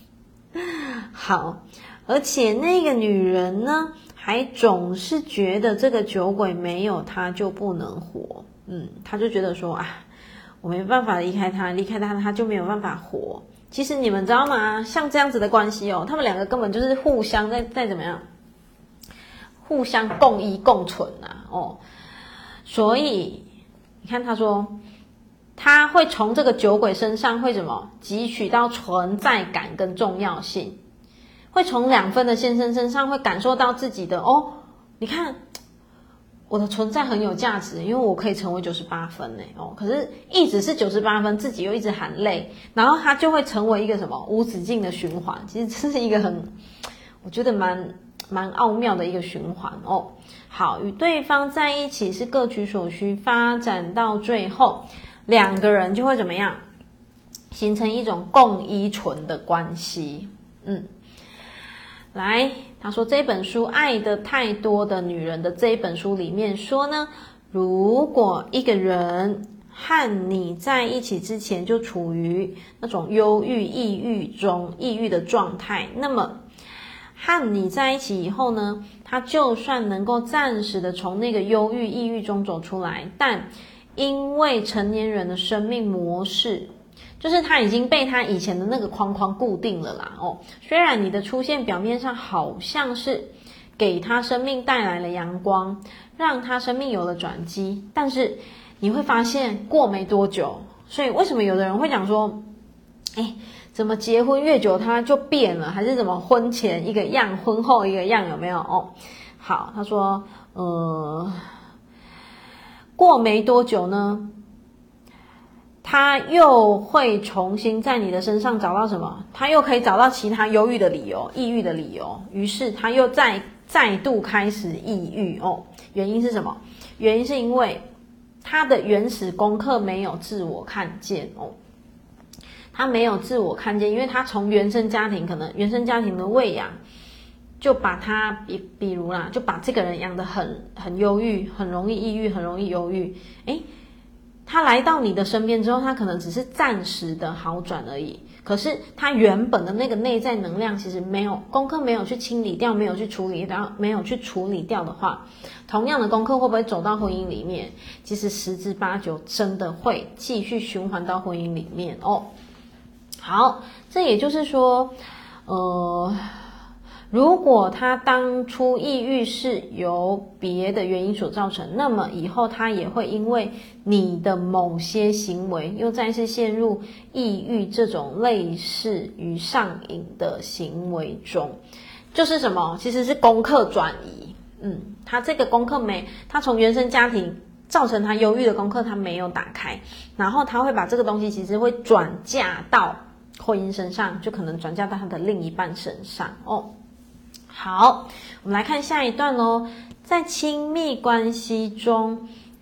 A: 好，而且那个女人呢，还总是觉得这个酒鬼没有她就不能活。嗯，她就觉得说啊，我没办法离开他，离开他他就没有办法活。其实你们知道吗？像这样子的关系哦，他们两个根本就是互相在在怎么样？互相共依共存啊，哦，所以你看他说，他会从这个酒鬼身上会怎么汲取到存在感跟重要性，会从两分的先生身上会感受到自己的哦，你看我的存在很有价值，因为我可以成为九十八分呢，哦，可是一直是九十八分，自己又一直喊累，然后他就会成为一个什么无止境的循环。其实这是一个很，我觉得蛮。蛮奥妙的一个循环哦。好，与对方在一起是各取所需，发展到最后，两个人就会怎么样？形成一种共依存的关系。嗯，来，他说这本书《爱的太多的女人》的这一本书里面说呢，如果一个人和你在一起之前就处于那种忧郁、抑郁中、抑郁的状态，那么和你在一起以后呢，他就算能够暂时的从那个忧郁、抑郁中走出来，但因为成年人的生命模式，就是他已经被他以前的那个框框固定了啦。哦，虽然你的出现表面上好像是给他生命带来了阳光，让他生命有了转机，但是你会发现过没多久，所以为什么有的人会讲说，哎，怎么结婚越久他就变了，还是怎么婚前一个样，婚后一个样，有没有？哦，好，他说，呃，过没多久呢，他又会重新在你的身上找到什么？他又可以找到其他忧郁的理由、抑郁的理由，于是他又再再度开始抑郁哦。原因是什么？原因是因为他的原始功课没有自我看见哦。他没有自我看见，因为他从原生家庭，可能原生家庭的喂养，就把他比比如啦，就把这个人养得很很忧郁，很容易抑郁，很容易忧郁。诶，他来到你的身边之后，他可能只是暂时的好转而已。可是他原本的那个内在能量，其实没有功课没有去清理掉，没有去处理掉，没有去处理掉的话，同样的功课会不会走到婚姻里面？其实十之八九真的会继续循环到婚姻里面哦。好，这也就是说，呃，如果他当初抑郁是由别的原因所造成，那么以后他也会因为你的某些行为，又再次陷入抑郁这种类似于上瘾的行为中。就是什么？其实是功课转移。嗯，他这个功课没，他从原生家庭造成他忧郁的功课，他没有打开，然后他会把这个东西其实会转嫁到婚姻身上，就可能转嫁到他的另一半身上哦。好，我们来看下一段咯。在亲密关系中，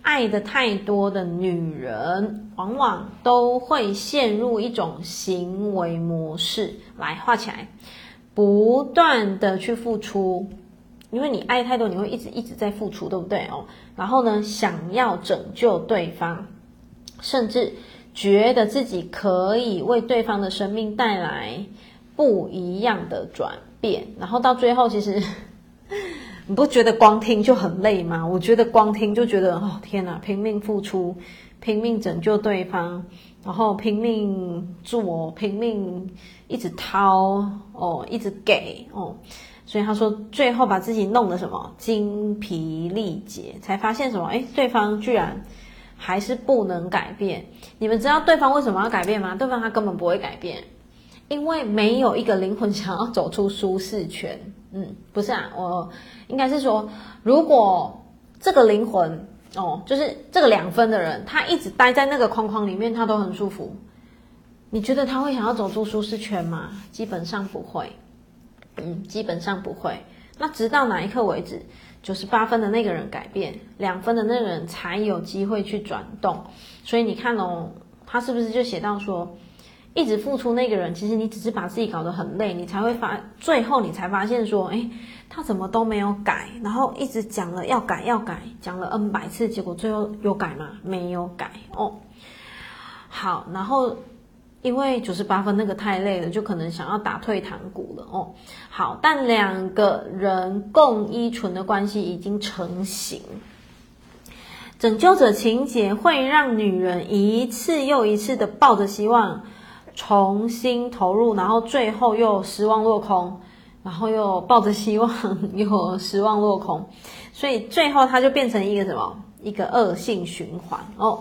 A: 爱的太多的女人，往往都会陷入一种行为模式，来画起来，不断的去付出，因为你爱太多，你会一直一直在付出，对不对哦？然后呢，想要拯救对方，甚至觉得自己可以为对方的生命带来不一样的转变，然后到最后，其实你不觉得光听就很累吗？我觉得光听就觉得哦天哪，拼命付出，拼命拯救对方，然后拼命做，拼命一直掏哦，一直给哦。所以他说最后把自己弄得什么精疲力竭，才发现什么？诶，对方居然还是不能改变。你们知道对方为什么要改变吗？对方他根本不会改变，因为没有一个灵魂想要走出舒适圈。嗯，不是啊，我应该是说，如果这个灵魂哦，就是这个两分的人，他一直待在那个框框里面，他都很舒服，你觉得他会想要走出舒适圈吗？基本上不会。嗯，基本上不会。那直到哪一刻为止，九十八分的那个人改变，两分的那个人才有机会去转动。所以你看哦，他是不是就写到说，一直付出那个人，其实你只是把自己搞得很累，你才会发，最后你才发现说，诶，他怎么都没有改，然后一直讲了要改要改，讲了 N 百次，结果最后有改吗？没有改哦。好，然后因为九十八分那个太累了，就可能想要打退堂鼓了哦。好，但两个人共依存的关系已经成型，拯救者情节会让女人一次又一次的抱着希望重新投入，然后最后又失望落空，然后又抱着希望又失望落空，所以最后它就变成一个什么？一个恶性循环哦。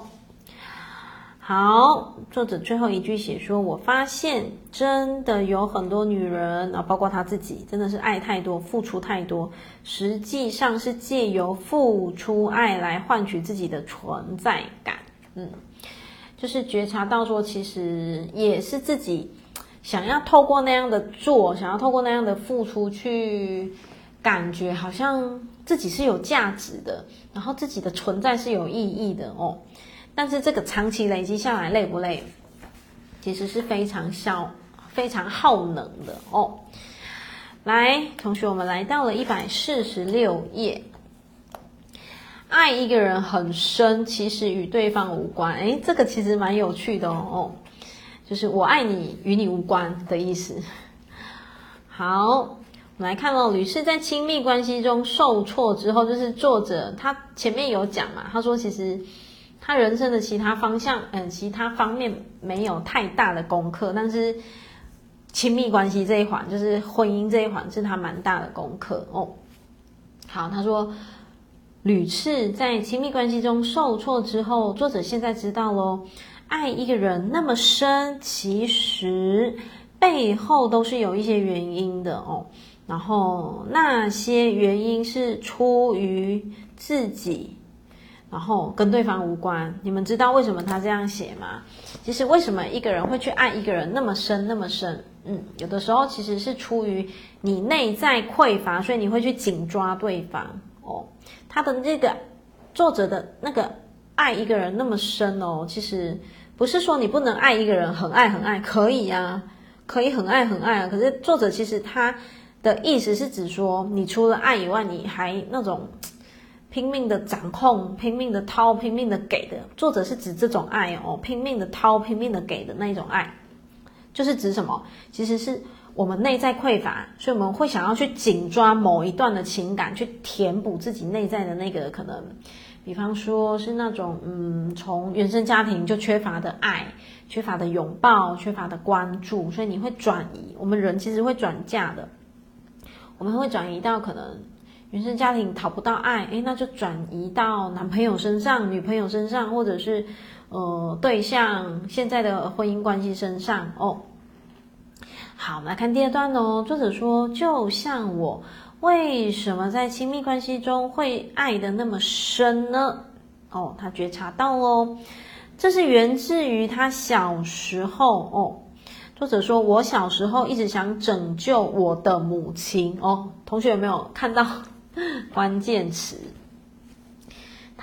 A: 好，作者最后一句写说，我发现真的有很多女人，然后包括她自己，真的是爱太多，付出太多，实际上是借由付出爱来换取自己的存在感。嗯，就是觉察到说，其实也是自己想要透过那样的做，想要透过那样的付出去感觉好像自己是有价值的，然后自己的存在是有意义的哦。但是这个长期累积下来累不累？其实是非常消、非常耗能的哦。来，同学，我们来到了一百四十六页。爱一个人很深，其实与对方无关。诶，这个其实蛮有趣的哦。哦，就是我爱你，与你无关的意思。好，我们来看哦，吕氏在亲密关系中受挫之后，就是作者他前面有讲嘛，他说其实他人生的其他方向，嗯，其他方面没有太大的功课，但是亲密关系这一环，就是婚姻这一环，是他蛮大的功课哦。好，他说屡次在亲密关系中受挫之后，作者现在知道咯，爱一个人那么深，其实背后都是有一些原因的哦。然后那些原因是出于自己，然后跟对方无关。你们知道为什么他这样写吗？其实为什么一个人会去爱一个人那么深那么深？嗯，有的时候其实是出于你内在匮乏，所以你会去紧抓对方哦。他的这个作者的那个爱一个人那么深哦，其实不是说你不能爱一个人，很爱很爱，可以啊，可以很爱很爱啊。可是作者其实他的意思是指说，你除了爱以外，你还那种拼命的掌控、拼命的掏、拼命的给的。作者是指这种爱哦，拼命的掏、拼命的给的那种爱，就是指什么？其实是我们内在匮乏，所以我们会想要去紧抓某一段的情感，去填补自己内在的那个可能，比方说是那种嗯，从原生家庭就缺乏的爱、缺乏的拥抱、缺乏的关注，所以你会转移。我们人其实会转嫁的，我们会转移到可能原生家庭讨不到爱，诶，那就转移到男朋友身上、女朋友身上，或者是呃对象现在的婚姻关系身上哦。好，我们来看第二段哦。作者说，就像我为什么在亲密关系中会爱得那么深呢？哦，他觉察到哦，这是源自于他小时候哦。作者说，我小时候一直想拯救我的母亲哦。同学有没有看到关键词？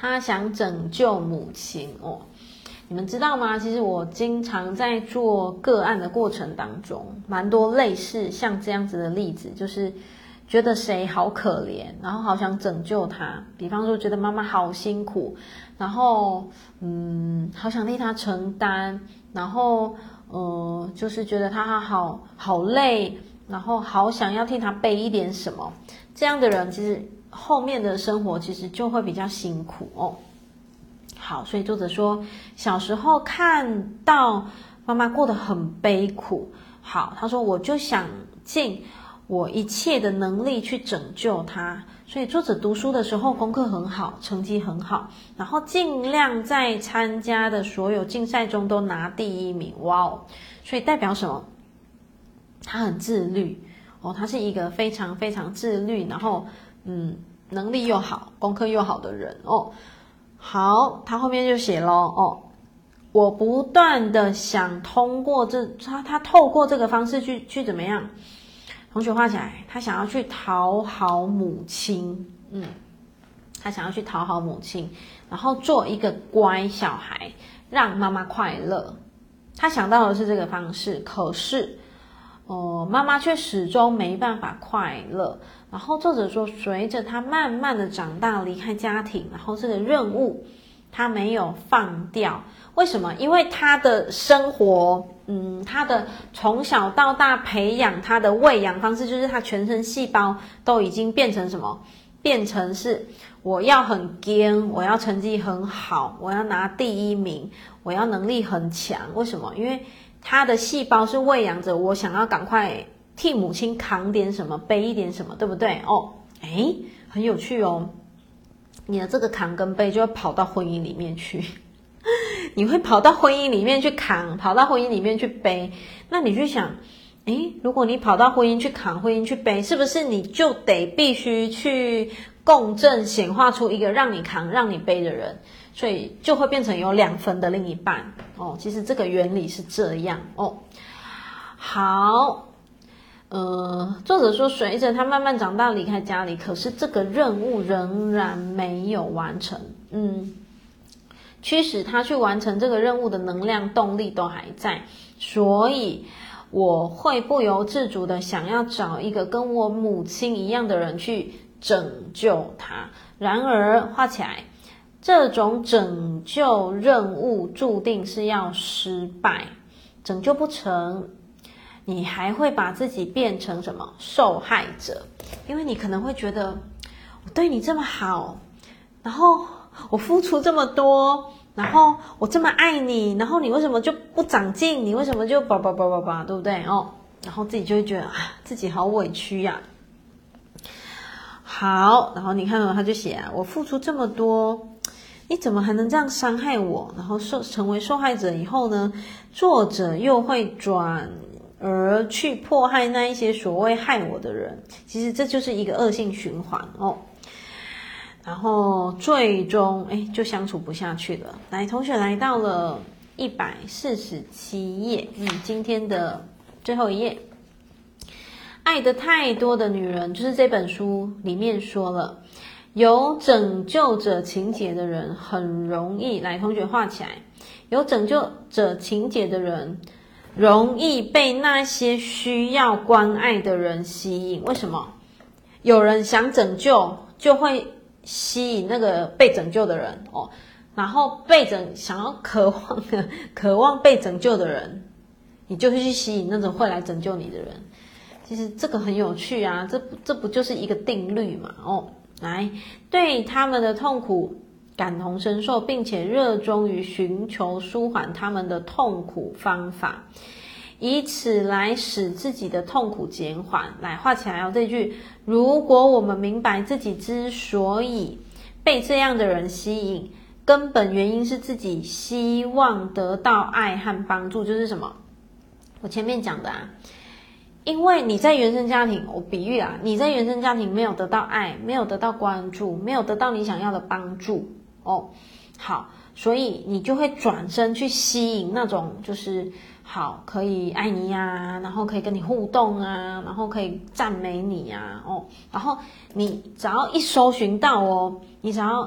A: 他想拯救母亲哦。你们知道吗？其实我经常在做个案的过程当中，蛮多类似像这样子的例子，就是觉得谁好可怜，然后好想拯救他。比方说，觉得妈妈好辛苦，然后嗯，好想替他承担，然后呃，就是觉得他好好累，然后好想要替他背一点什么。这样的人，其实后面的生活其实就会比较辛苦哦。好，所以作者说，小时候看到妈妈过得很悲苦，好，他说我就想尽我一切的能力去拯救她。所以作者读书的时候功课很好，成绩很好，然后尽量在参加的所有竞赛中都拿第一名。哇哦！所以代表什么？他很自律哦，他是一个非常非常自律，然后嗯，能力又好，功课又好的人哦。好，他后面就写咯哦，我不断的想通过这他他透过这个方式去去怎么样？同学画起来，他想要去讨好母亲，嗯，他想要去讨好母亲，然后做一个乖小孩，让妈妈快乐。他想到的是这个方式，可是哦，妈妈却始终没办法快乐。然后作者说，随着他慢慢的长大，离开家庭，然后这个任务他没有放掉。为什么？因为他的生活，嗯，他的从小到大培养他的喂养方式，就是他全身细胞都已经变成什么？变成是我要很坚，我要成绩很好，我要拿第一名，我要能力很强。为什么？因为他的细胞是喂养着我想要赶快替母亲扛点什么，背一点什么，对不对？哦，诶，很有趣哦。你的这个扛跟背就会跑到婚姻里面去，你会跑到婚姻里面去扛，跑到婚姻里面去背。那你去想，诶，如果你跑到婚姻去扛，婚姻去背，是不是你就得必须去共振显化出一个让你扛、让你背的人？所以就会变成有两分的另一半哦。其实这个原理是这样哦。好，呃，作者说，随着他慢慢长大，离开家里，可是这个任务仍然没有完成。嗯，驱使他去完成这个任务的能量、动力都还在，所以我会不由自主的想要找一个跟我母亲一样的人去拯救他。然而，画起来。这种拯救任务注定是要失败，拯救不成，你还会把自己变成什么？受害者。因为你可能会觉得，我对你这么好，然后我付出这么多，然后我这么爱你，然后你为什么就不长进？你为什么就叭叭叭叭叭，对不对？哦，然后自己就会觉得啊，自己好委屈呀、啊。好，然后你看到他就写啊，我付出这么多。你怎么还能这样伤害我？然后受成为受害者以后呢，作者又会转而去迫害那一些所谓害我的人。其实这就是一个恶性循环哦。然后最终哎就相处不下去了。来，同学来到了一百四十七页，嗯，今天的最后一页。爱得太多的女人，就是这本书里面说了。有拯救者情节的人很容易，来同学画起来。有拯救者情节的人容易被那些需要关爱的人吸引。为什么？有人想拯救，就会吸引那个被拯救的人哦。然后被拯想要渴望的渴望被拯救的人，你就会去吸引那种会来拯救你的人。其实这个很有趣啊，这这不就是一个定律嘛？哦。来，对他们的痛苦感同身受，并且热衷于寻求舒缓他们的痛苦方法，以此来使自己的痛苦减缓。来，画起来哦，这句：如果我们明白自己之所以被这样的人吸引，根本原因是自己希望得到爱和帮助，就是什么？我前面讲的啊。因为你在原生家庭，我比喻啊，你在原生家庭没有得到爱，没有得到关注，没有得到你想要的帮助哦。好，所以你就会转身去吸引那种就是好可以爱你呀、啊，然后可以跟你互动啊，然后可以赞美你啊，哦，然后你只要一搜寻到哦，你只要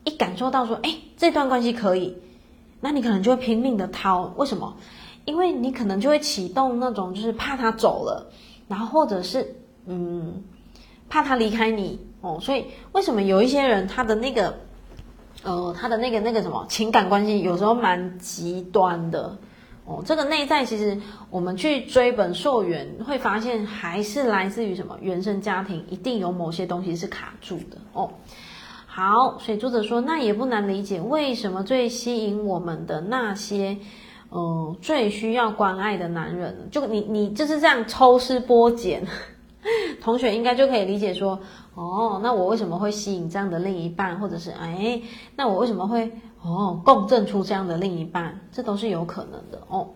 A: 一感受到说，哎，这段关系可以，那你可能就会拼命的掏。为什么？因为你可能就会启动那种就是怕他走了，然后或者是嗯怕他离开你哦。所以为什么有一些人他的那个呃他的那个那个什么情感关系有时候蛮极端的哦。这个内在其实我们去追本溯源会发现还是来自于什么原生家庭，一定有某些东西是卡住的哦。好，所以作者说那也不难理解为什么最吸引我们的那些呃最需要关爱的男人，就你你就是这样抽丝剥茧，同学应该就可以理解说，哦，那我为什么会吸引这样的另一半，或者是哎，那我为什么会哦共振出这样的另一半，这都是有可能的哦。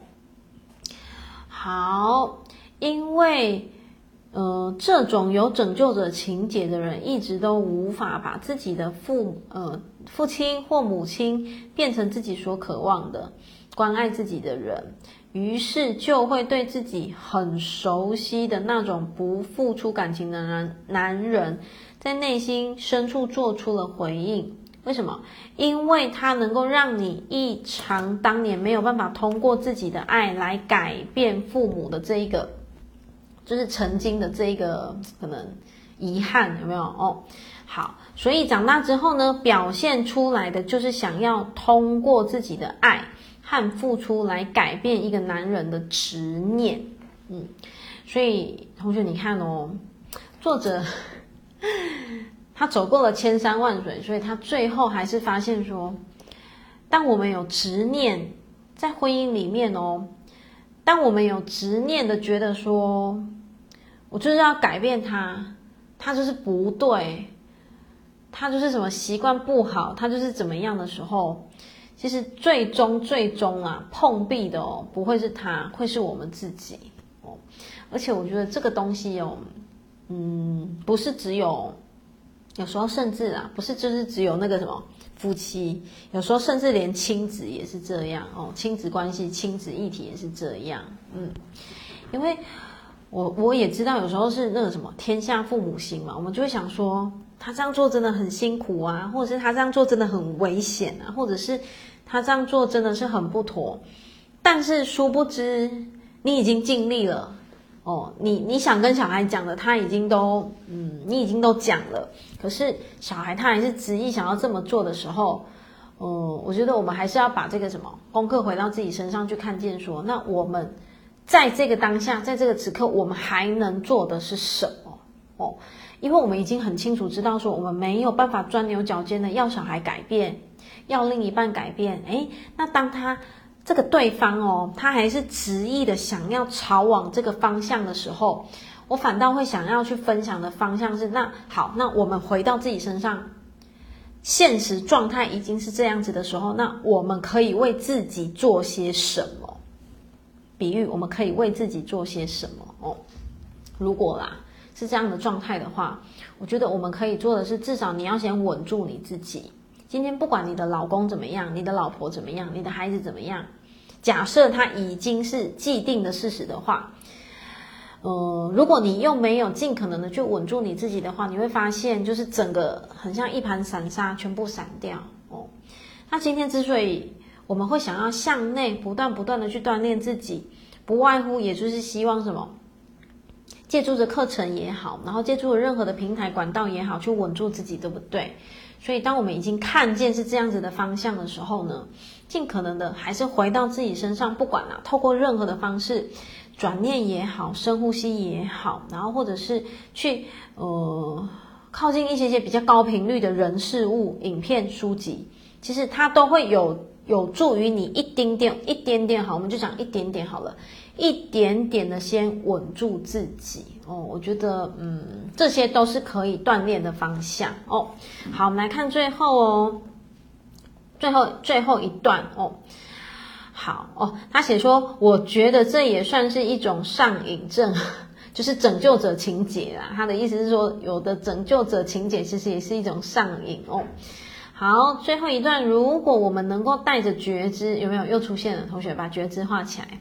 A: 好，因为呃，这种有拯救者情节的人，一直都无法把自己的父呃父亲或母亲变成自己所渴望的关爱自己的人，于是就会对自己很熟悉的那种不付出感情的男男人，在内心深处做出了回应。为什么？因为它能够让你一尝当年没有办法通过自己的爱来改变父母的这一个。就是曾经的这个可能遗憾，有没有哦？好，所以长大之后呢，表现出来的就是想要通过自己的爱和付出来改变一个男人的执念。嗯，所以同学你看哦，作者他走过了千山万水，所以他最后还是发现说，当我们有执念在婚姻里面哦，当我们有执念的觉得说，我就是要改变他，他就是不对，他就是什么习惯不好，他就是怎么样的时候，其实最终最终啊碰壁的哦，不会是他，会是我们自己哦。而且我觉得这个东西哦，嗯，不是只有，有时候甚至啊，不是就是只有那个什么夫妻，有时候甚至连亲子也是这样哦，亲子关系、亲子议题也是这样，嗯，因为。我我也知道有时候是那个什么天下父母心嘛，我们就会想说他这样做真的很辛苦啊，或者是他这样做真的很危险啊，或者是他这样做真的是很不妥，但是殊不知你已经尽力了哦，你你想跟小孩讲的他已经都嗯你已经都讲了，可是小孩他还是执意想要这么做的时候，嗯，我觉得我们还是要把这个什么功课回到自己身上去看见说，那我们在这个当下，在这个此刻，我们还能做的是什么？哦，因为我们已经很清楚知道说，我们没有办法钻牛角尖的要小孩改变，要另一半改变。诶，那当他这个对方哦，他还是执意的想要朝往这个方向的时候，我反倒会想要去分享的方向是，那好，那我们回到自己身上，现实状态已经是这样子的时候，那我们可以为自己做些什么？比喻我们可以为自己做些什么哦？如果啦是这样的状态的话，我觉得我们可以做的是，至少你要先稳住你自己。今天不管你的老公怎么样，你的老婆怎么样，你的孩子怎么样，假设他已经是既定的事实的话，呃，如果你又没有尽可能的去稳住你自己的话，你会发现就是整个很像一盘散沙，全部散掉哦。那今天之所以我们会想要向内不断不断的去锻炼自己，不外乎也就是希望什么，借助着课程也好，然后借助任何的平台管道也好，去稳住自己，对不对？所以当我们已经看见是这样子的方向的时候呢，尽可能的还是回到自己身上，不管啊，透过任何的方式，转念也好，深呼吸也好，然后或者是去呃靠近一些些比较高频率的人事物、影片、书籍，其实它都会有有助于你一丁点一点点好，我们就讲一点点好了，一点点的先稳住自己哦。我觉得嗯，这些都是可以锻炼的方向哦。好，我们来看最后哦，最后最后一段哦。好哦，他写说，我觉得这也算是一种上瘾症，就是拯救者情节啦。他的意思是说，有的拯救者情节其实也是一种上瘾哦。好，最后一段，如果我们能够带着觉知，有没有又出现了？同学把觉知画起来。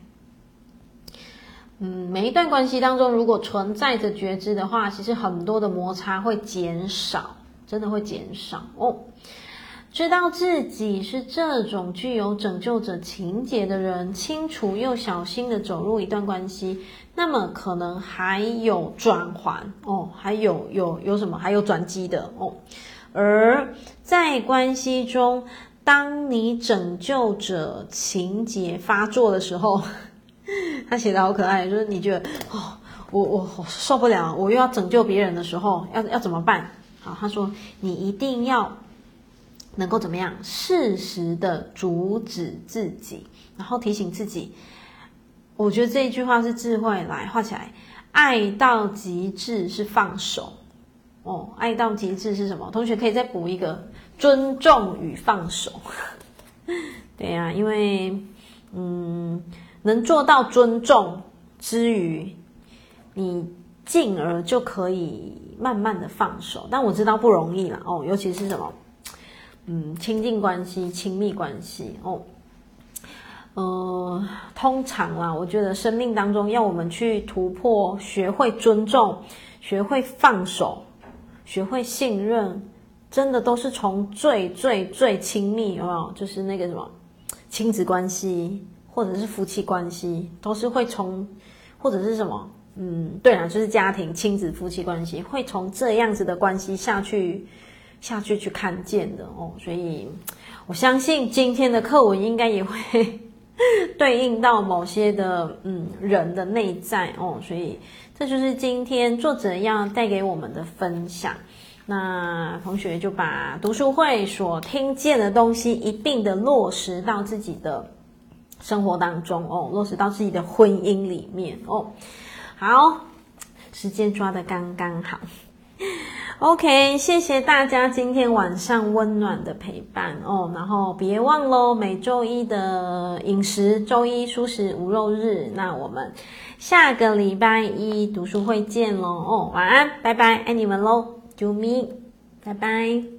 A: 嗯，每一段关系当中，如果存在着觉知的话，其实很多的摩擦会减少，真的会减少哦。 知道自己是这种具有拯救者情节的人，清楚又小心的走入一段关系，那么可能还有转圜哦，还有有有什么？还有转机的哦。而在关系中，当你拯救者情节发作的时候，他写的好可爱，就是你觉得哦，我我我受不了，我又要拯救别人的时候，要要怎么办？好，他说你一定要能够怎么样，适时的阻止自己，然后提醒自己。我觉得这一句话是智慧，来画起来。爱到极致是放手哦，爱到极致是什么？同学可以再补一个尊重与放手。对呀、啊，因为嗯，能做到尊重之余，你进而就可以慢慢的放手。但我知道不容易啦哦，尤其是什么？嗯，亲近关系、亲密关系哦，呃，通常啦，我觉得生命当中要我们去突破，学会尊重，学会放手，学会信任，真的都是从最最最亲密，有没有？就是那个什么亲子关系，或者是夫妻关系，都是会从，或者是什么？嗯，对啊，就是家庭、亲子、夫妻关系，会从这样子的关系下去。下去去看见的哦，所以我相信今天的课文应该也会对应到某些的嗯人的内在哦，所以这就是今天作者要带给我们的分享。那同学就把读书会所听见的东西一并的落实到自己的生活当中哦，落实到自己的婚姻里面哦。好，时间抓得刚刚好。OK， 谢谢大家今天晚上温暖的陪伴哦，然后别忘咯，每周一的饮食，周一蔬食无肉日，那我们下个礼拜一读书会见咯哦，晚安，拜拜，爱你们咯，啾咪，拜拜。